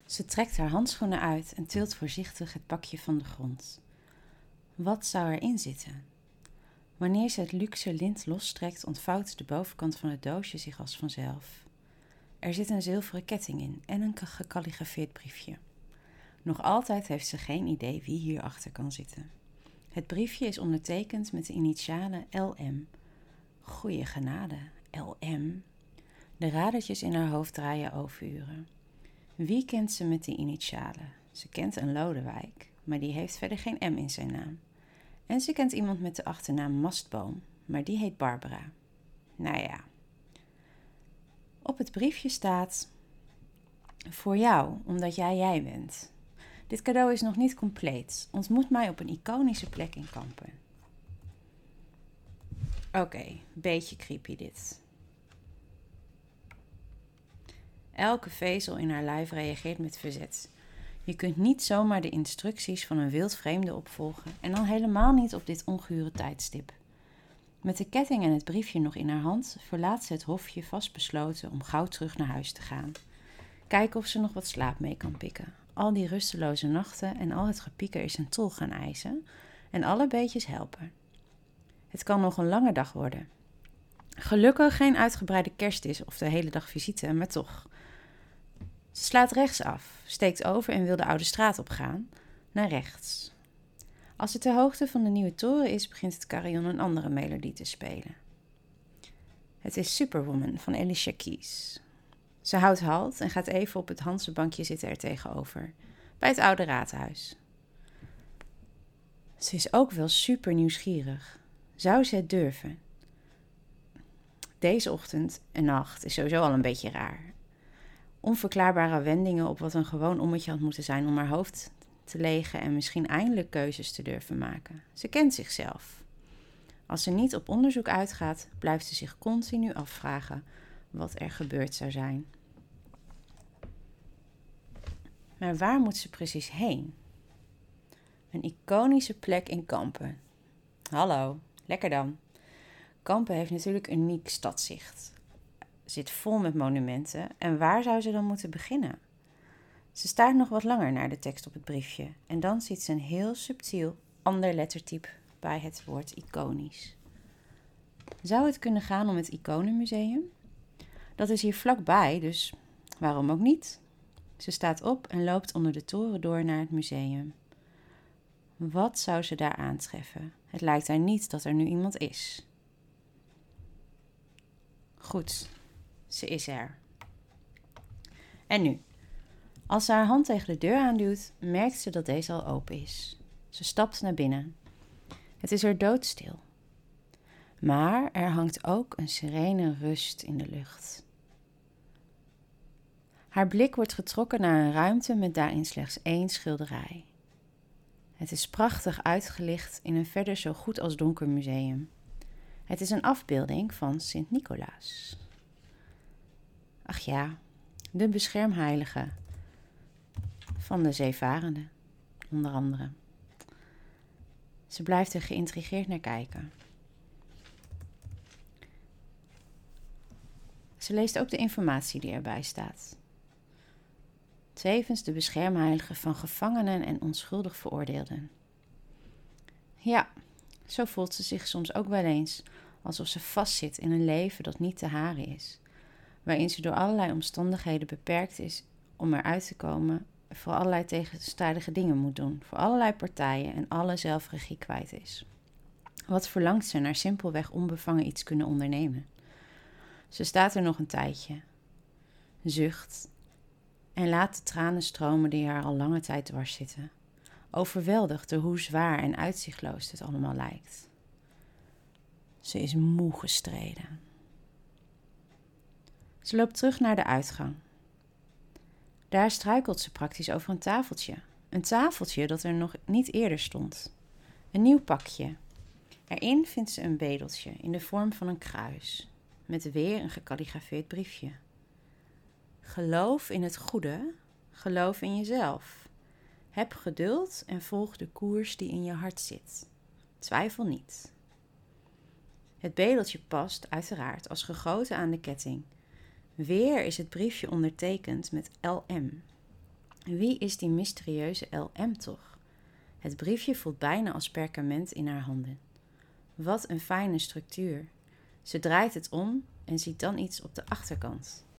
Ze trekt haar handschoenen uit en tilt voorzichtig het pakje van de grond. Wat zou erin zitten? Wanneer ze het luxe lint lostrekt, ontvouwt de bovenkant van het doosje zich als vanzelf. Er zit een zilveren ketting in en een gekalligrafeerd briefje. Nog altijd heeft ze geen idee wie hierachter kan zitten. Het briefje is ondertekend met de initialen LM. Goeie genade, LM. De radertjes in haar hoofd draaien overuren. Wie kent ze met die initialen? Ze kent een Lodewijk, maar die heeft verder geen M in zijn naam. En ze kent iemand met de achternaam Mastboom, maar die heet Barbara. Nou ja. Op het briefje staat: voor jou, omdat jij bent. Dit cadeau is nog niet compleet. Ontmoet mij op een iconische plek in Kampen. Oké, beetje creepy dit. Elke vezel in haar lijf reageert met verzet. Je kunt niet zomaar de instructies van een wildvreemde opvolgen en dan helemaal niet op dit ongure tijdstip. Met de ketting en het briefje nog in haar hand verlaat ze het hofje vastbesloten om gauw terug naar huis te gaan. Kijken of ze nog wat slaap mee kan pikken. Al die rusteloze nachten en al het gepieker is een tol gaan eisen en alle beetjes helpen. Het kan nog een lange dag worden. Gelukkig geen uitgebreide kerstdis of de hele dag visite, maar toch. Ze slaat rechts af, steekt over en wil de oude straat opgaan, naar rechts. Als ze ter hoogte van de nieuwe toren is, begint het carillon een andere melodie te spelen. Het is Superwoman van Alicia Keys. Ze houdt halt en gaat even op het Hansenbankje zitten er tegenover, bij het oude raadhuis. Ze is ook wel super nieuwsgierig. Zou ze het durven? Deze ochtend en nacht is sowieso al een beetje raar. Onverklaarbare wendingen op wat een gewoon ommetje had moeten zijn om haar hoofd te legen en misschien eindelijk keuzes te durven maken. Ze kent zichzelf. Als ze niet op onderzoek uitgaat, blijft ze zich continu afvragen wat er gebeurd zou zijn. Maar waar moet ze precies heen? Een iconische plek in Kampen. Hallo, lekker dan. Kampen heeft natuurlijk een uniek stadzicht. Zit vol met monumenten en waar zou ze dan moeten beginnen? Ze staart nog wat langer naar de tekst op het briefje en dan ziet ze een heel subtiel ander lettertype bij het woord iconisch. Zou het kunnen gaan om het Iconenmuseum? Dat is hier vlakbij, dus waarom ook niet? Ze staat op en loopt onder de toren door naar het museum. Wat zou ze daar aantreffen? Het lijkt haar niet dat er nu iemand is. Goed, ze is er. En nu? Als ze haar hand tegen de deur aanduwt, merkt ze dat deze al open is. Ze stapt naar binnen. Het is er doodstil. Maar er hangt ook een serene rust in de lucht. Haar blik wordt getrokken naar een ruimte met daarin slechts 1 schilderij. Het is prachtig uitgelicht in een verder zo goed als donker museum. Het is een afbeelding van Sint Nicolaas. Ach ja, de beschermheilige van de zeevarenden, onder andere. Ze blijft er geïntrigeerd naar kijken. Ze leest ook de informatie die erbij staat. Tevens de beschermheilige van gevangenen en onschuldig veroordeelden. Ja, zo voelt ze zich soms ook wel eens, alsof ze vastzit in een leven dat niet te haren is, waarin ze door allerlei omstandigheden beperkt is om eruit te komen, voor allerlei tegenstrijdige dingen moet doen, voor allerlei partijen en alle zelfregie kwijt is. Wat verlangt ze naar simpelweg onbevangen iets kunnen ondernemen? Ze staat er nog een tijdje, zucht en laat de tranen stromen die haar al lange tijd dwars zitten, overweldigd door hoe zwaar en uitzichtloos het allemaal lijkt. Ze is moe gestreden. Ze loopt terug naar de uitgang. Daar struikelt ze praktisch over een tafeltje. Een tafeltje dat er nog niet eerder stond. Een nieuw pakje. Erin vindt ze een bedeltje in de vorm van een kruis, met weer een gekalligrafeerd briefje. Geloof in het goede, geloof in jezelf. Heb geduld en volg de koers die in je hart zit. Twijfel niet. Het bedeltje past uiteraard als gegoten aan de ketting. Weer is het briefje ondertekend met LM. Wie is die mysterieuze LM toch? Het briefje voelt bijna als perkament in haar handen. Wat een fijne structuur. Ze draait het om en ziet dan iets op de achterkant.